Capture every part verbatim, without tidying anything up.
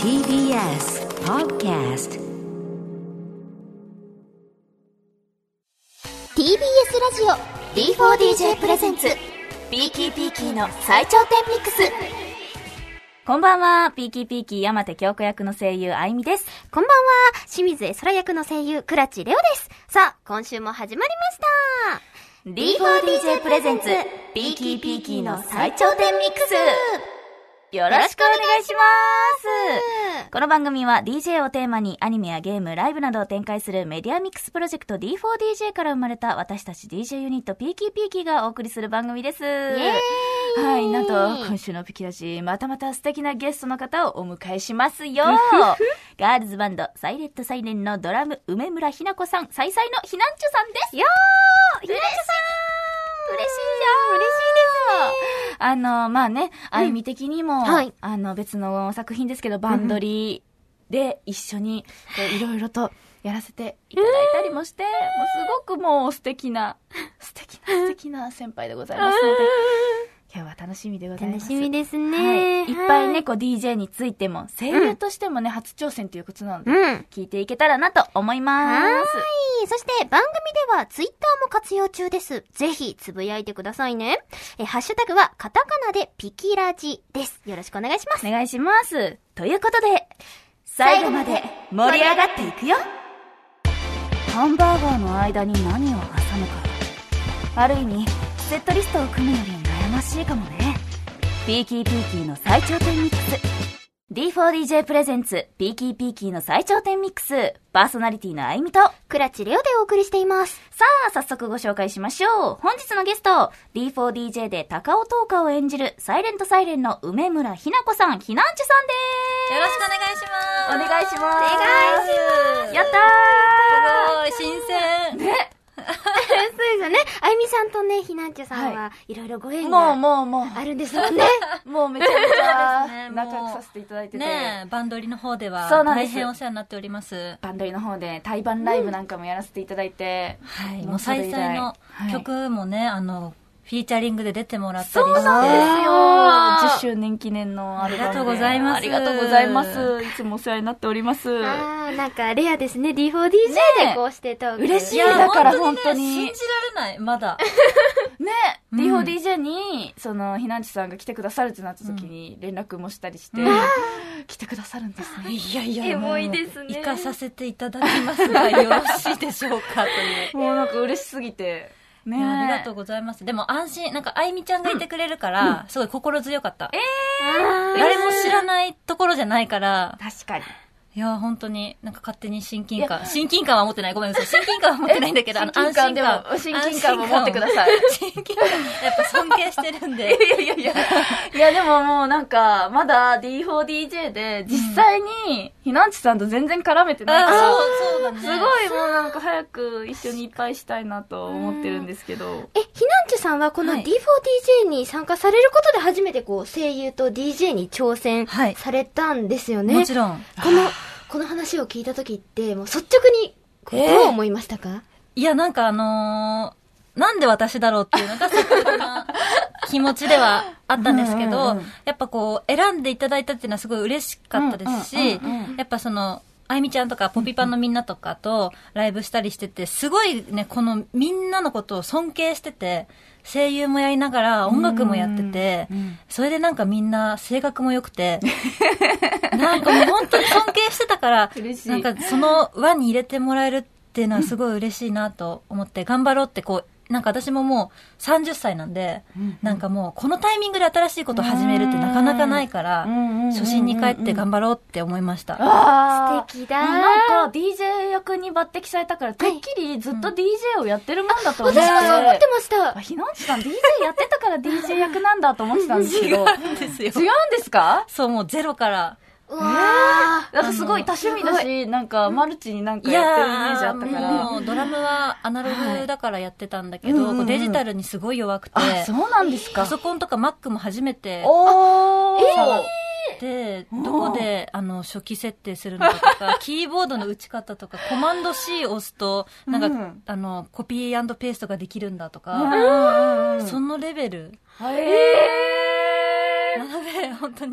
ティービーエス Podcast ティービーエス ラジオ ディーフォーディージェー プレゼンツピーキーピーキーの最頂点ミックス。 こんばんは、ピーキーピーキー山手京子役の声優あいみです。 こんばんは、清水絵空役の声優倉地レオです。さあ、今週も始まりましたディーフォーディージェー プレゼンツピーキーピーキーの最頂点ミックス。よろしくお願いします。この番組は ディージェー をテーマにアニメやゲーム、ライブなどを展開するメディアミックスプロジェクト ディーフォーディージェー から生まれた私たち ディージェー ユニット ピーキーピーキーがお送りする番組です。イエーイ。はい、なんと今週のピキラジまたまた素敵なゲストの方をお迎えしますよ。ガールズバンドサイレントサイレンのドラム梅村ひな子さん、サイサイのひなんちゅさんです。よー、ひなちゅさん嬉しいよ。 嬉しいですね。 あの、まあね、あいみ的にも、 はい、 あの、別の作品ですけど、バンドリで一緒に、いろいろとやらせていただいたりもして、もうすごくもう素敵な、素敵な素敵な先輩でございますので、今日は楽しみでございます。 楽しみですね。 はい。いっぱいね、こう ディージェー についても、声優としてもね、うん、初挑戦ということなので、うん、聞いていけたらなと思います。 はい。そして番組ではツイッターも活用中です。ぜひつぶやいてくださいね。え、ハッシュタグはカタカナでピキラジです。よろしくお願いします。 お願いします。ということで、最後まで盛り上がっていくよ。ハンバーガーの間に何を挟むか。ある意味、セットリストを組むより悩ましいかもね。ピーキーピーキーの最頂点ミックス。ディーフォーディージェー プレゼンツピーキーピーキーの最頂点ミックス。パーソナリティのあいみと倉地レオでお送りしています。 さあ、早速ご紹介しましょう。本日のゲスト、ディーフォーディージェー で高尾東花を演じるサイレントサイレンの梅村ひな子さん、ひなんちゅさんです。 よろしくお願いします。 お願いします。 お願いします。 やったー。すごい、新鮮。 ね。そうですよね。あゆみさんとね、ひなんちゅさんはいろいろご縁があるんですもんね。 もうめちゃめちゃ仲良くさせていただいてて。 ね、バンドリの方では大変お世話になっております。 バンドリの方で対バンライブなんかもやらせていただいて。 はい。もう再々の曲もね、あの、フィーチャリングで出てもらったりして。 そうなんですよ。じゅっしゅうねん記念のアルバムで。 ありがとうございます。 ありがとうございます。いつもお世話になっております。 あー、なんかレアですね。ディーフォーディージェー でこうしてトーク。 嬉しい。だから本当に。 信じられない、まだ。 ね、ディーフォーディージェー に、その、ひなんちさんが来てくださるってなった時に連絡もしたりして、来てくださるんですね。 いやいや、 エモいですね。 行かさせていただきますが、よろしいでしょうかという。 もうなんか嬉しすぎて。 ね、ありがとうございます。でも安心、なんかあいみちゃんがいてくれるから、うん、すごい心強かった。えー、誰も知らないところじゃないから。 確かに。 いや、本当に、なんか勝手に親近感。親近感は持ってない。ごめんなさい。親近感は持ってないんだけど、あの、安心感。 親近感も持ってください。 親近感。やっぱ尊敬してるんで。 いやいやいや。いや、でももうなんか、まだ ディーフォーディージェー で、実際に、ひなんちさんと全然絡めてないから、 そう、そうだね。 すごいもうなんか早く一緒にいっぱいしたいなと思ってるんですけど。 え、ひなんちさんはこの ディーフォーディージェー に参加されることで初めてこう、声優と ディージェー に挑戦されたんですよね。 もちろん。 この、この話を聞いたときって、もう率直に、どう思いましたか？えー、 いや、なんかあのー、なんで私だろうっていうのが率直な気持ちではあったんですけど、やっぱこう、選んでいただいたっていうのはすごい嬉しかったですし、やっぱその、あいみちゃんとかポピパンのみんなとかとライブしたりしてて、すごいね、このみんなのことを尊敬してて、声優もやりながら音楽もやってて、それでなんかみんな性格も良くて、なんかもう本当に尊敬してたから、なんかその輪に入れてもらえるっていうのはすごい嬉しいなと思って、頑張ろうってこう、なんか私ももうさんじゅっさいなんで、なんかもうこのタイミングで新しいことを始めるってなかなかないから、初心に帰って頑張ろうって思いました。 あー、素敵だー。 なんか ディージェー 役に抜擢されたから、てっきりずっと ディージェー をやってるもんだと思って。 私もそう思ってました。 ひなんちさん ディージェー やってたから ディージェー 役なんだと思ってたんですけど。 違うんですよ。 違うんですか？ そう、もうゼロから。 うわー、 なんかすごい多趣味だし、なんかマルチになんかやってるイメージあったから。 もうドラムはアナログだからやってたんだけど、はい、デジタルにすごい弱くて。 あ、そうなんですか。 パソコンとか Mac も初めて。 おー。 で、どこであの初期設定するのかとか、キーボードの打ち方とか、コマンド C を押すと、なんか、うん、あの、コピー&ペーストができるんだとか、そのレベル。 へー。 なので、本当に。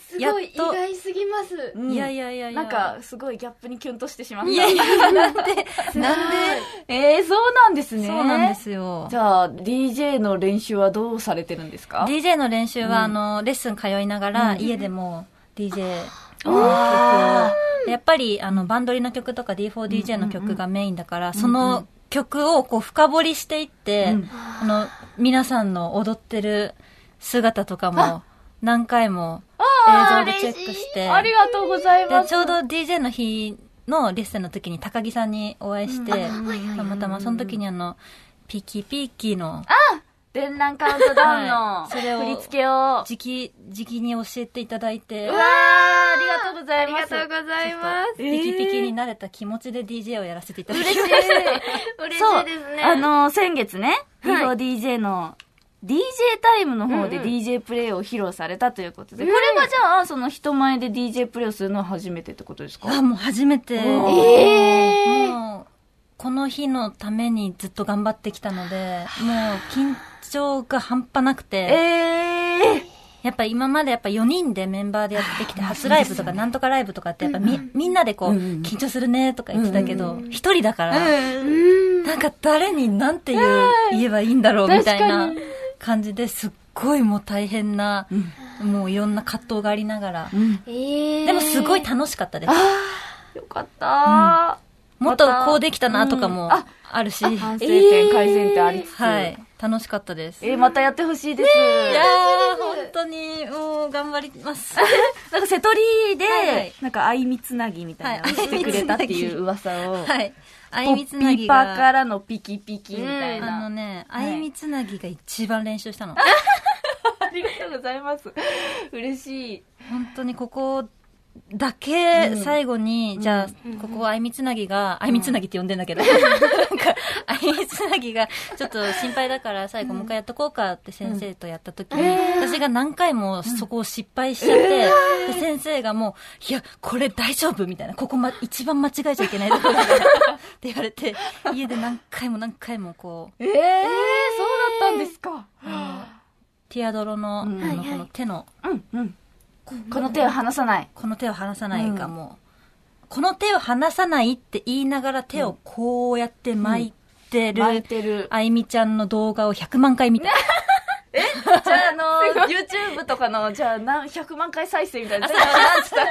すごい意外すぎます。 うん、 いやいやいやいや。 なんか、すごいギャップにキュンとしてしまった。 いやいや、なんで、なんで。 えー、そうなんですね。 そうなんですよ。 じゃあ、ディージェー の練習はどうされてるんですか？ ディージェー の練習は、うん、あの、レッスン通いながら、うん、家でも ディージェー の曲を、やっぱり、あの、バンドリの曲とか ディーフォーディージェー の曲がメインだから、うんうん、その曲をこう深掘りしていって、うん、あの、皆さんの踊ってる姿とかも、何回も映像でチェックして、 ありがとうございます。 で、ちょうど ディージェー の日のレッスンの時に高木さんにお会いして、たまたまその時にあの、ピキピキの、 あ電覧カウントダウンの、 はい、それを振り付けを直々に教えていただいて、 うわー、ありがとうございます。 ありがとうございます。 ピキピキに慣れた気持ちで ディージェー をやらせていただきました。 嬉しい。嬉しいですね。 あの、先月ね、 はい、 ディーフォーディージェー の ディージェー タイムの方で ディージェー プレイを披露されたということで、うん、これはじゃあ、その人前で ディージェー プレイをするのは初めてってことですか？ あ、もう初めて。 えー、 もうこの日のためにずっと頑張ってきたので、もう緊張が半端なくて、 えー、 やっぱ今までやっぱよにんでメンバーでやってきて、初ライブとかなんとかライブとかってやっぱみ、みんなでこう、緊張するねとか言ってたけど、一人だから、なんか誰になんて言う、言えばいいんだろうみたいな感じですっごいもう大変な、もういろんな葛藤がありながら、でもすごい楽しかったです。 よかったー。 もっとこうできたなとかもあるし、 反省点、改善点ありつつ、 はい、楽しかったです。 えー、またやってほしいです。 いやー、本当にもう頑張ります。 なんか瀬戸りで、はいはい、なんか相みつなぎみたいなのしてくれたっていう噂を、 はい、相みつなぎがポッピパからのピキピキみたいな、 うん、あのね、相みつなぎが一番練習したの。 ありがとうございます。嬉しい。 本当にここだけ最後に、うん、じゃあ、うん、ここはあいみつなぎが、あいみつなぎって呼んでんだけど、なんか、あいみつなぎが、ちょっと心配だから最後もう一回やっとこうかって先生とやった時に、うん、私が何回もそこを失敗しちゃって、うん、で先生がもう、いや、これ大丈夫みたいな、ここま、一番間違えちゃいけないところだって言われて、家で何回も何回もこう。 えー、そうだったんですか。 ティアドロの、 うん、 あの、この手の、 うんうんこの手を離さない。 この手を離さないがもう、うん、この手を離さないって言いながら手をこうやって巻いてる、 うん、巻いてるあいみちゃんの動画をひゃくまんかい見た。 えじゃああの YouTube とかのじゃあ何ひゃくまんかい再生みたいな。全部ひなんちさんが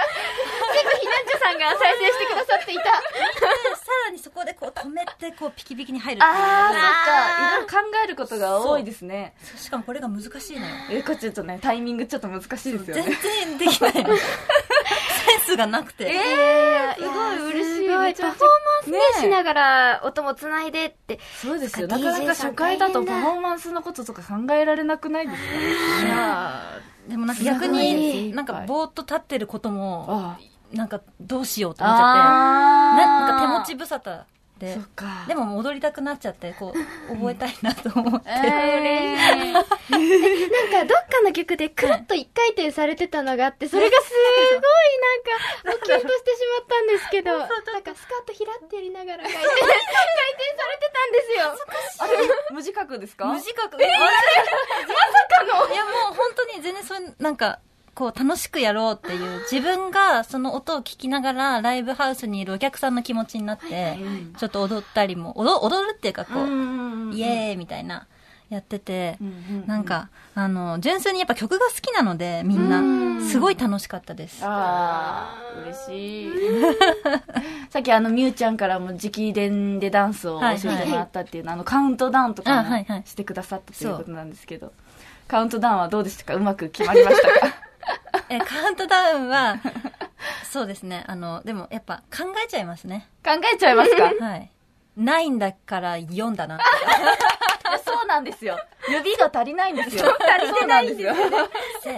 再生してくださっていた。 さらにそこでこう止めてこうピキピキに入る。 ああ、そっか。いろいろ考えることが多いですね。 しかもこれが難しいのよ。 え、これちょっとね、タイミングちょっと難しいですよね。 全然できないの。センスがなくて。 えー、すごい嬉しい。 すごい。パフォーマンスね、しながら音もつないでって。 そうですよ。なかなか初回だとパフォーマンスのこととか考えられなくないですか？いやでもなんか逆に、なんかぼーっと立ってることも、なんかどうしようと思っちゃって、なんか手持ち無沙汰で、 そっか。 でも踊りたくなっちゃって、こう、覚えたいなと思って。 えー、嬉しい。なんかどっかの曲でくるっと一回転されてたのがあって、それがすごいなんか、キュンとしてしまったんですけど、なんかスカートひらってやりながら回転、回転されてたんですよ。 あれ、無自覚ですか？ 無自覚。 えー、まさかの。 いやもう本当に全然そういう、なんか、こう楽しくやろうっていう自分がその音を聞きながらライブハウスにいるお客さんの気持ちになって、ちょっと踊ったりも、踊、踊るっていうかこう、イエーイみたいなやってて、なんか、あの、純粋にやっぱ曲が好きなのでみんな、すごい楽しかったです。 ああ、嬉しい。さっきあの、みゆちゃんからも直伝でダンスを教えてもらったっていうの、あの、カウントダウンとかもしてくださったということなんですけど、カウントダウンはどうでしたか？うまく決まりましたか？ え、カウントダウンは、そうですね。あの、でもやっぱ考えちゃいますね。 考えちゃいますか？ はい。ないんだからよんだな。 そうなんですよ。指が足りないんですよ。足りてないんですよ。そうそう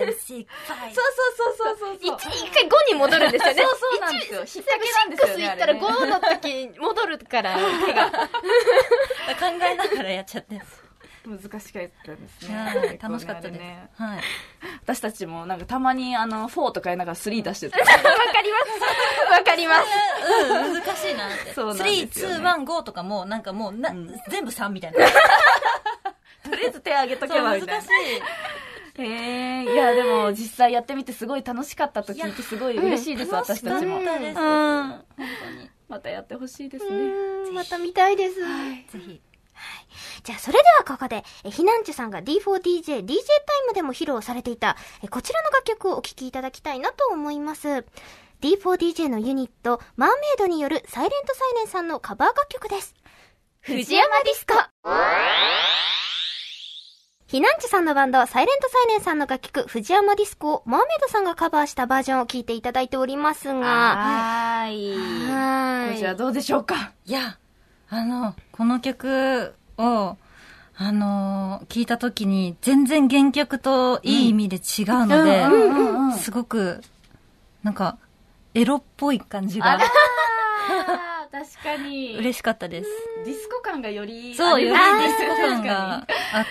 そうそうそう。 一回ごに戻るんですよね。 そうそうなんですよ。引っ掛けなんですよね。 ろく行ったらごの時に戻るから、手が。考えながらやっちゃって。 難しかったですね。 楽しかったです。はい。 私たちもなんかたまにあのフォーとかやりながらスリー出してる。 わかります。わかります。 うん、難しいなって。そうなんですよね。スリー、ツー、ワン、ゴーとかもなんかもうな、うん、全部さんみたいな。 とりあえず手上げとけばみたいな。 難しい。 へえ、いやでも実際やってみてすごい楽しかったと聞いてすごい嬉しいです、私たちも。 楽しかったです。 うん、本当にまたやってほしいですね。 また見たいです。 ぜひ。 じゃあそれではここで、えひなんちゅさんが ディーフォーディージェー、ディージェー タイムでも披露されていた、えこちらの楽曲をお聴きいただきたいなと思います。ディーフォーディージェー のユニット、マーメイドによるサイレントサイレンさんのカバー楽曲です。藤山ディスコ。ひなんちゅさんのバンド、サイレントサイレンさんの楽曲、藤山ディスコをマーメイドさんがカバーしたバージョンを聴いていただいておりますが、 はーい。 はーい。 こちらどうでしょうか。 いや、あの、この曲を、あのー、聞いたときに全然原曲といい意味で違うので、 うんうんうんうん、 すごく、なんか、エロっぽい感じが。 確かに嬉しかったです。 ディスコ感がよりそう、よりディスコ感確かがあって、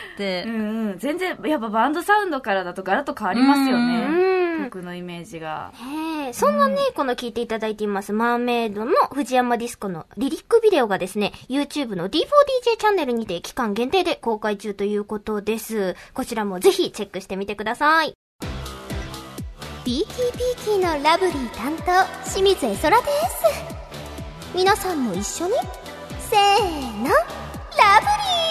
うんうん、全然やっぱバンドサウンドからだとガラッと変わりますよね、曲のイメージが。 へー、そんなね、うん、この聴いていただいていますマーメイドの藤山ディスコのリリックビデオがですね、 YouTube の ディーフォーディージェー チャンネルにて期間限定で公開中ということです。こちらもぜひチェックしてみてください。ピーキーピーキーのラブリー担当、清水絵空です。皆さんも一緒にせーの、ラブ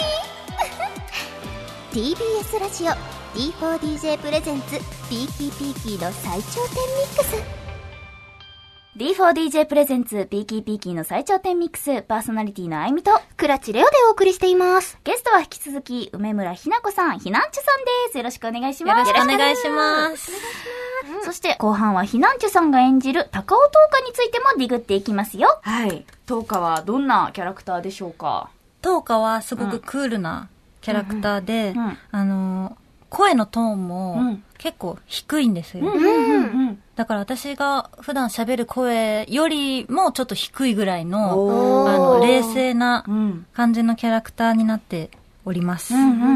リーティービーエス ラジオ ディーフォーディージェー プレゼンツ ピーキーピーキーの最頂点ミックス。 ディーフォーディージェー プレゼンツピーキーピーキーの最頂点ミックス、パーソナリティのあいみと倉地レオでお送りしています。 ゲストは引き続き梅村ひな子さん、ひなんちゅさんです。よろしくお願いします。 よろしくお願いします。 そして後半はひなんちゅさんが演じる高尾灯花についてもディグっていきますよ。はい。灯花はどんなキャラクターでしょうか？ 灯花はすごくクールなキャラクターで、 うんうん、 あの声のトーンも結構低いんですよ、 うんうんうんうん、 だから私が普段喋る声よりもちょっと低いぐらいの、あの冷静な感じのキャラクターになっております、 うんうんうんうん、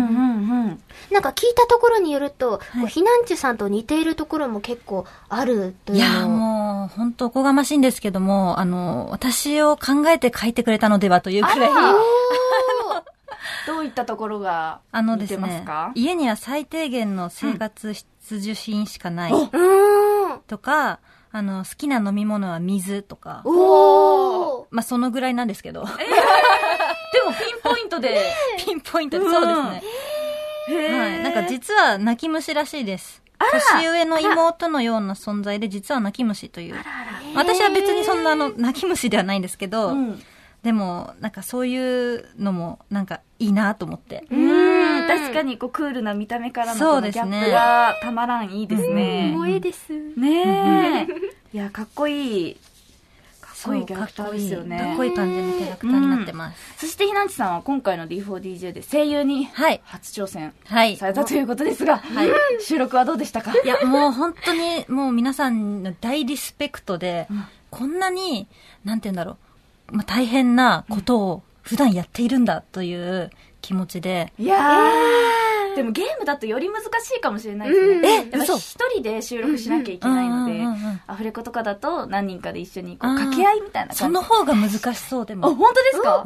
なんか聞いたところによると、はい、ひなんちゅさんと似ているところも結構あるというのを。 いやもう本当おこがましいんですけども、あの私を考えて書いてくれたのではというくらいどういったところが似てますか？あのですね、 家には最低限の生活必需品しかない、 うん、 とか、あの好きな飲み物は水とか、 おまあそのぐらいなんですけど、えー、 でもピンポイントでピンポイントで、そうですね、うん、はい、なんか実は泣き虫らしいです。年上の妹のような存在で、実は泣き虫という。私は別にそんなの泣き虫ではないんですけど、うん、でもなんかそういうのもなんかいいなと思って。 うーん、確かにこうクールな見た目からのこのギャップがたまらん、いいですね。 萌えですねえ。いや、かっこいい。かっこいいキャラクターですよね。 かっこいい感じのキャラクターになってます。 うん、そしてひなんちさんは今回の ディーフォーディージェー で声優に初挑戦されたということですが、はい、収録はどうでしたか？ いや、もう本当にもう皆さんの大リスペクトで、うん、こんなに、なんて言うんだろう、まあ、大変なことを普段やっているんだという気持ちで。 いやー、えー、でもゲームだとより難しいかもしれないですね。え、嘘。一人で収録しなきゃいけないので、アフレコとかだと何人かで一緒にこう掛け合いみたいな感じ。 その方が難しそうでも。 あ、本当ですか？ うん。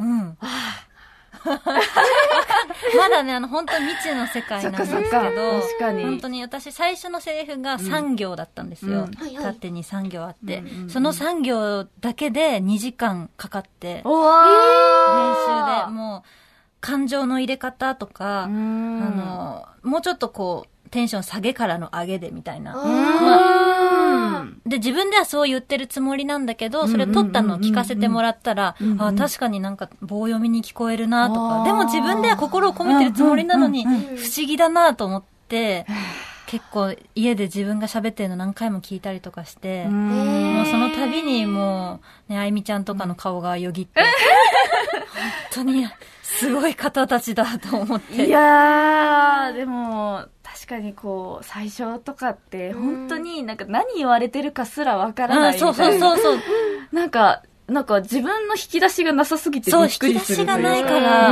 まだね、あの本当に未知の世界なんですけど、 確かに本当に私最初のセリフがさん行だったんですよ、うん、縦にさん行あって、うんうんうん、そのさん行だけでにじかんかかって練習でもう感情の入れ方とか、あのもうちょっとこうテンション下げからの上げでみたいな、まあ、で自分ではそう言ってるつもりなんだけど、それ撮ったのを聞かせてもらったら、うんうんうんうん、あ、確かになんか棒読みに聞こえるなとか、でも自分では心を込めてるつもりなのに不思議だなと思って、結構家で自分が喋ってるの何回も聞いたりとかして、もうその度にもうね、あいみちゃんとかの顔がよぎって、本当にすごい方たちだと思って。 いやー、でも確かにこう最初とかって本当になんか何言われてるかすらわからないみたいな。 そうそうそうそう。 なんかなんか自分の引き出しがなさすぎてびっくりするというか。 そう、引き出しがないから、うん、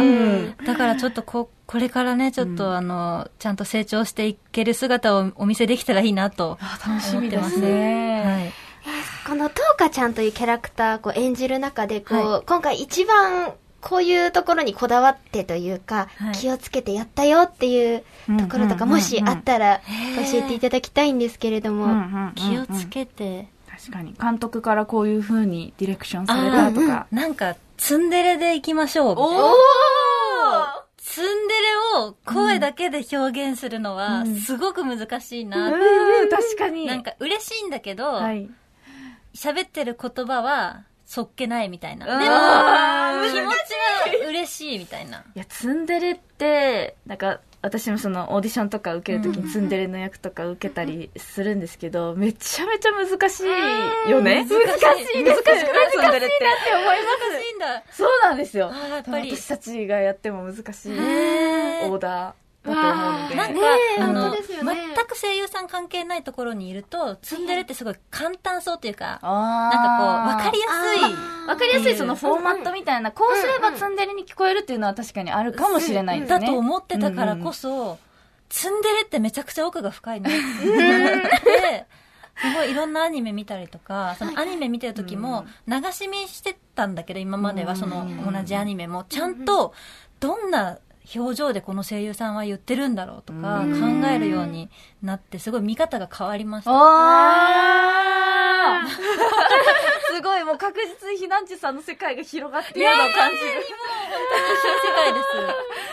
だからちょっとここれからね、ちょっと、うん、あのちゃんと成長していける姿をお見せできたらいいなと思ってます。 楽しみですね。 はい。このトウカちゃんというキャラクターこう演じる中でこう、はい、今回一番こういうところにこだわってというか、 はい、 気をつけてやったよっていうところとか、もしあったら教えていただきたいんですけれども。 うんうんうんうん、気をつけて。 確かに。監督からこういう風にディレクションされたとか。 なんか、ツンデレでいきましょうみたいな。 おーツンデレを声だけで表現するのは、すごく難しいなって。 うん、確かに。 なんか嬉しいんだけど、 はい、 喋ってる言葉は、そっけないみたいな。でも、気持ちは嬉しいみたいな。 いや、ツンデレって、なんか、私もそのオーディションとか受けるときにツンデレの役とか受けたりするんですけど、めちゃめちゃ難しいよね。 難しい。難しくないツンデレって。 難しいなって思います。 難しいんだ。 そうなんですよ。 あ、やっぱり。 私たちがやっても難しいオーダー。だと思うので、 なんか、あの、ね、全く声優さん関係ないところにいると、ツンデレってすごい簡単そうっていうか、なんかこう、わかりやすい。 わかりやすいそのフォーマットみたいな、こうすればツンデレに聞こえるっていうのは確かにあるかもしれないですね。 だと思ってたからこそ、うんうん、ツンデレってめちゃくちゃ奥が深いなって思って、すごいいろんなアニメ見たりとか、そのアニメ見てる時も流し見してたんだけど、今まではその同じアニメも、ちゃんとどんな表情でこの声優さんは言ってるんだろうとか考えるようになって、すごい見方が変わりました。 あすごい、もう確実にひなんちさんの世界が広がっているのを感じる。 もう本当に新世界です。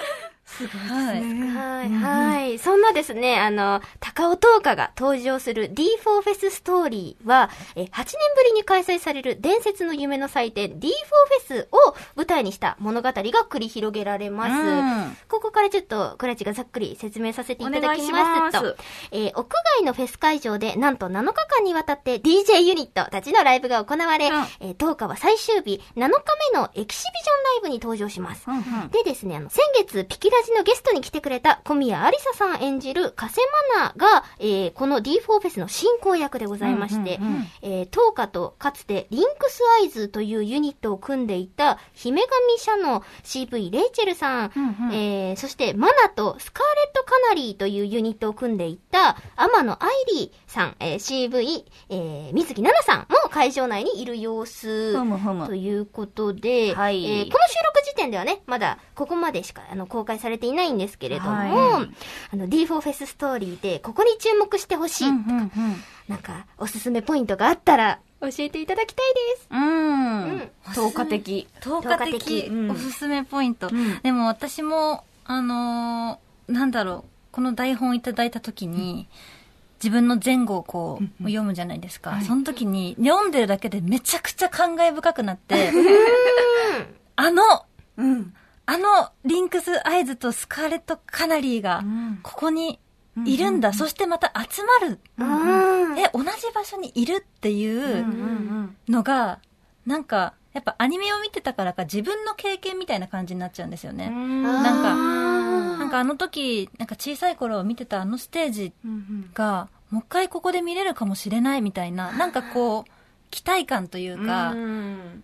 すごいですね。 はい、はい。そんなですね、あの、高尾東花が登場する ディーフォー フェスストーリーは、え、はちねんぶりに開催される伝説の夢の祭典 ディーフォー フェスを舞台にした物語が繰り広げられます。うん、ここからちょっと、クラチがざっくり説明させていただきますと、えー、屋外のフェス会場で、なんとなのかかんにわたって ディージェー ユニットたちのライブが行われ、うん、えー、東花は最終日、なのかめのエキシビジョンライブに登場します。うんうん、でですね、あの、先月、ピキラジのゲストに来てくれた小宮ありささん演じる加瀬マナが、えー、この ディーフォー フェスの進行役でございまして、うんうんうん、えー、東花とかつてリンクスアイズというユニットを組んでいた姫神社の シーブイ レイチェルさん、うんうん、えー、そしてマナとスカーレットカナリーというユニットを組んでいた天野愛理さん、えー、シーブイ、えー、水木奈々さんも会場内にいる様子ふむふむということで、 はい、 えー、この収録時点ではね、まだここまでしかあの公開されていないんですけれども、はい、あの ディーフォー フェスストーリーでここに注目してほしいとか、うんうんうん、なんかおすすめポイントがあったら教えていただきたいです。 うん。うん、透過的。 透過的。おすすめポイント。うん、でも私も、あのー、なんだろう、この台本いただいたときに、うん、自分の前後をこう、うんうん、読むじゃないですか、はい。その時に読んでるだけでめちゃくちゃ感慨深くなって、あの、うん、あのリンクスアイズとスカーレットカナリーがここにいるんだ、うんうんうん、そしてまた集まる、うんうん、え同じ場所にいるっていうのがなんかやっぱアニメを見てたからか自分の経験みたいな感じになっちゃうんですよね。なんかなんかあの時なんか小さい頃見てたあのステージがもう一回ここで見れるかもしれないみたいな、なんかこう期待感というか、うん、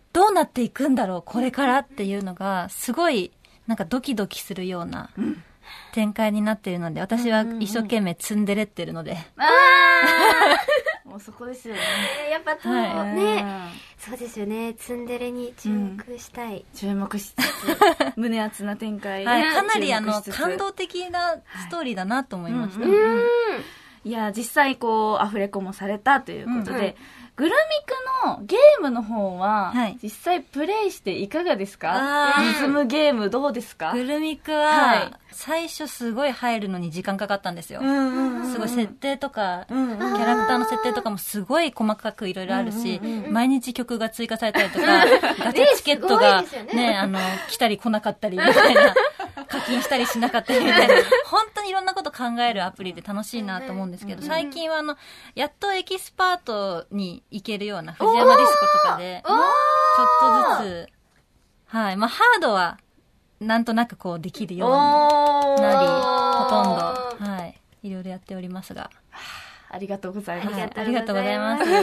どうなっていくんだろうこれからっていうのがすごいなんかドキドキするような展開になっているので、私は一生懸命ツンデレってるので、 あもうそこですよね。 やっぱと、はい、ね、そうですよね。ツンデレに注目したい。うん、 注目しつつ胸熱な展開、 はい、かなりあの感動的なストーリーだなと思いました。 はい、うんうん、いや実際こうアフレコもされたということで。うんうん、グルミクのゲームの方は、はい、実際プレイしていかがですか？リズムゲームどうですか？ グルミクは、はい、最初すごい入るのに時間かかったんですよ。うんうんうん、すごい設定とか、うんうん、キャラクターの設定とかもすごい細かくいろいろあるし、うんうんうん、毎日曲が追加されたりとか、ガチャチケットがね、ね、あの、来たり来なかったりみたいな、課金したりしなかったりみたいな、本当にいろんなこと考えるアプリで楽しいなと思うんですけど、最近はあの、やっとエキスパートに行けるような藤山ディスコとかで、ちょっとずつ、はい。まあ、ハードは、なんとなくこうできるようになり、ほとんど、はい。いろいろやっておりますが。 ありがとうございます。 はい、ありがとうございます。はい。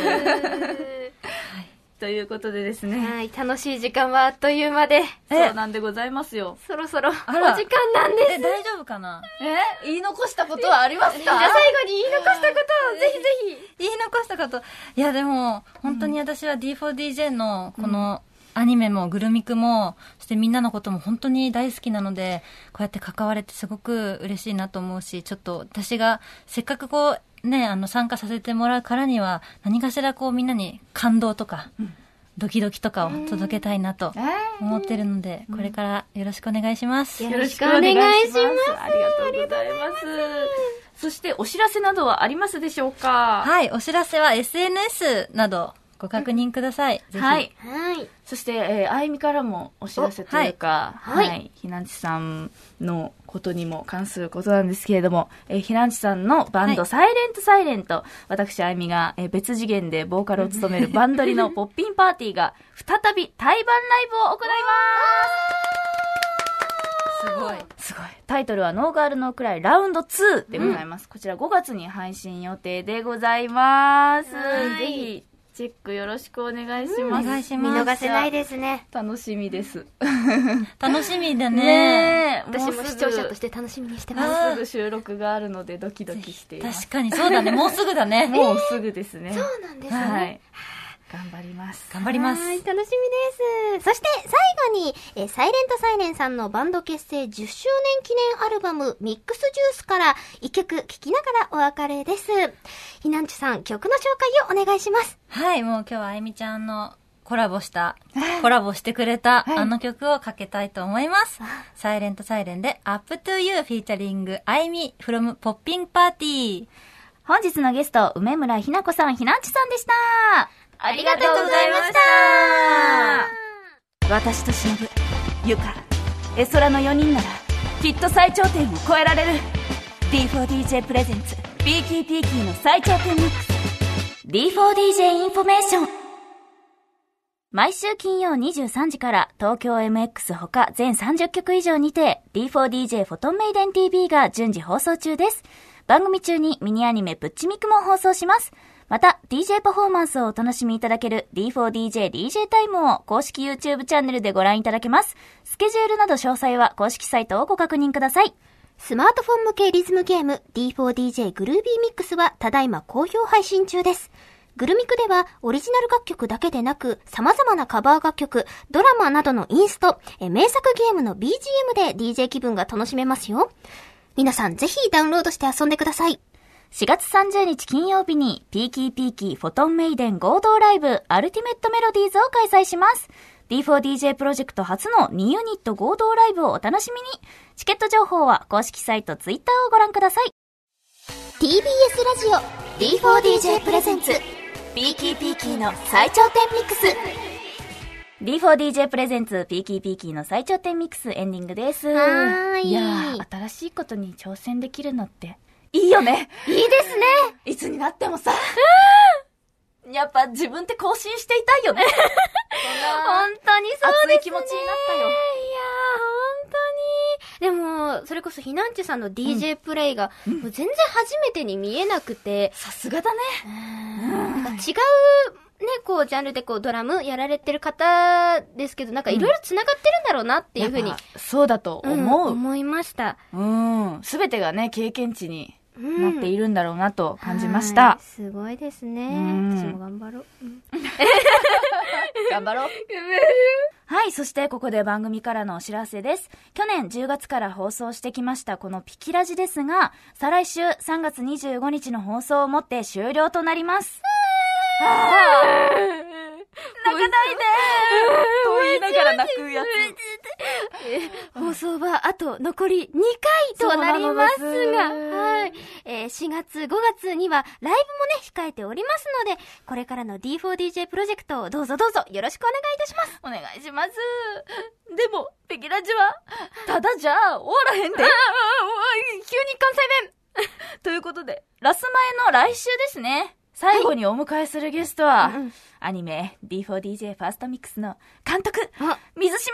ということでですね。 はい。楽しい時間はあっという間で。 そうなんでございますよ。 そろそろお時間なんです。 え、大丈夫かな？ え言い残したことはありますか？ じゃあ最後に言い残したことをぜひぜひ。 言い残したこと。いやでも、本当に私は ディーフォーディージェー のこのアニメもグルミクも、そしてみんなのことも本当に大好きなので、こうやって関われてすごく嬉しいなと思うし、ちょっと私がせっかくこうね、あの参加させてもらうからには、何かしらこうみんなに感動とか、うん、ドキドキとかを届けたいなと思ってるので、これからよろしくお願いします。 よろしくお願いします。 ありがとうございます。そしてお知らせなどはありますでしょうか？ はい、お知らせは エスエヌエス などご確認ください。ぜひ。 はい。はい。そして、えー、あいみからもお知らせというか、はい。はい。ひなんちさんのことにも関することなんですけれども、えー、ひなんちさんのバンド、はい、サイレントサイレント、私あいみが、えー、別次元でボーカルを務めるバンドリのポッピンパーティーが、再び対バンライブを行いますすごい。すごい。タイトルはノーガールノークライラウンドツーでございます。うん、こちらごがつに配信予定でございます。ぜひ、チェックよろしくお願いします。 お願いします。見逃せないですね。 楽しみです。 楽しみだね。 ね私も視聴者として楽しみにしてます。 もうすぐ収録があるのでドキドキしています。 確かにそうだね。もうすぐだね。 もうすぐですね。 そうなんですね。はい。 頑張ります。 頑張ります。 はい、楽しみです。そして最後に、えサイレントサイレンさんのバンド結成じゅっしゅうねん記念アルバムミックスジュースから一曲聴きながらお別れです。ひなんちさん、曲の紹介をお願いします。 はい、もう今日はあいみちゃんのコラボした、コラボしてくれたあの曲をかけたいと思います。サイレントサイレンで Up to You フィーチャリングあいみ from ポッピンパーティー。 本日のゲスト、梅村ひなこさん、ひなっちさんでした。 ありがとうございました。 私としのぶ、ゆか、エソラのよにんならきっと最頂点を超えられる。 ディーフォーディージェー プレゼンツ ピーキーピーキー の最頂点ミックス ディーフォーディージェー インフォメーション。毎週金曜にじゅうさんじから東京 エムエックス ほか全さんじゅっきょく以上にて ディーフォーディージェー フォトンメイデン ティーブイ が順次放送中です。番組中にミニアニメプッチミクも放送します。また、ディージェー パフォーマンスをお楽しみいただける ディーフォーディージェー ディージェー タイムを公式 YouTube チャンネルでご覧いただけます。スケジュールなど詳細は公式サイトをご確認ください。 スマートフォン向けリズムゲーム ディーフォーディージェー グルービーミックスはただいま好評配信中です。グルミクではオリジナル楽曲だけでなく様々なカバー楽曲、ドラマなどのインスト、え名作ゲームの ビージーエム で ディージェー 気分が楽しめますよ。皆さんぜひダウンロードして遊んでください。 しがつさんじゅうにち金曜日にピーキーピーキーフォトンメイデン合同ライブアルティメットメロディーズを開催します。ディーフォーディージェー プロジェクト初のにユニット合同ライブをお楽しみに。チケット情報は公式サイトツイッターをご覧ください。 ティービーエス ラジオ ディーフォーディージェー プレゼンツピーキーピーキーの最頂点ミックス。 ディーフォーディージェー プレゼンツピーキーピーキーの最頂点ミックスエンディングです。 はーい。 いやー、新しいことに挑戦できるのっていいよね。 いいですね。 いつになってもさ、やっぱ自分って更新していたいよね。 本当にそうですね。 熱い気持ちになったよ。 いやー、本当に。でも、それこそひなんちさんの ディージェー プレイが、うん、もう全然初めてに見えなくて。 さすがだね。 うん。なんか違う、ね、こう、ジャンルでこう、ドラムやられてる方ですけど、なんかいろいろ繋がってるんだろうなっていうふうに。 そうだと思う。 うん、思いました。 うん。すべてがね、経験値になっているんだろうなと感じました。 うん、すごいですね。私も頑張ろう。うん、 頑張ろう。 はい、そしてここで番組からのお知らせです。去年じゅうがつから放送してきましたこのピキラジですが、再来週さんがつにじゅうごにちの放送をもって終了となります。 泣かないでと言いながら泣くやつ。放送はあと残りにかいとなりますが、はい。えー、しがつ、ごがつにはライブもね、控えておりますので、これからの ディーフォーディージェー プロジェクトをどうぞどうぞよろしくお願いいたします。 お願いします。でも、ペキラジは、ただじゃ終わらへんで。急に関西弁ということで、ラス前の来週ですね。最後にお迎えするゲストは、はい、アニメ ディーフォーディージェー ファーストミックスの監督、水島誠二さんです。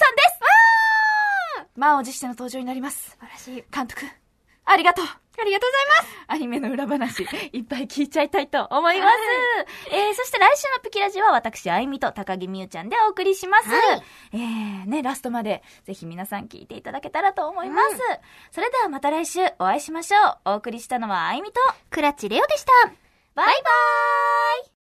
満を持しての登場になります。 素晴らしい。 監督、ありがとう。 ありがとうございます。 アニメの裏話、いっぱい聞いちゃいたいと思います。えー、そして来週のピキラジは私、あいみと高木美優ちゃんでお送りします。はい、えー、ね、ラストまでぜひ皆さん聞いていただけたらと思います。うん、それではまた来週お会いしましょう。お送りしたのはあいみと、 クラッチレオでした。 バイバーイ。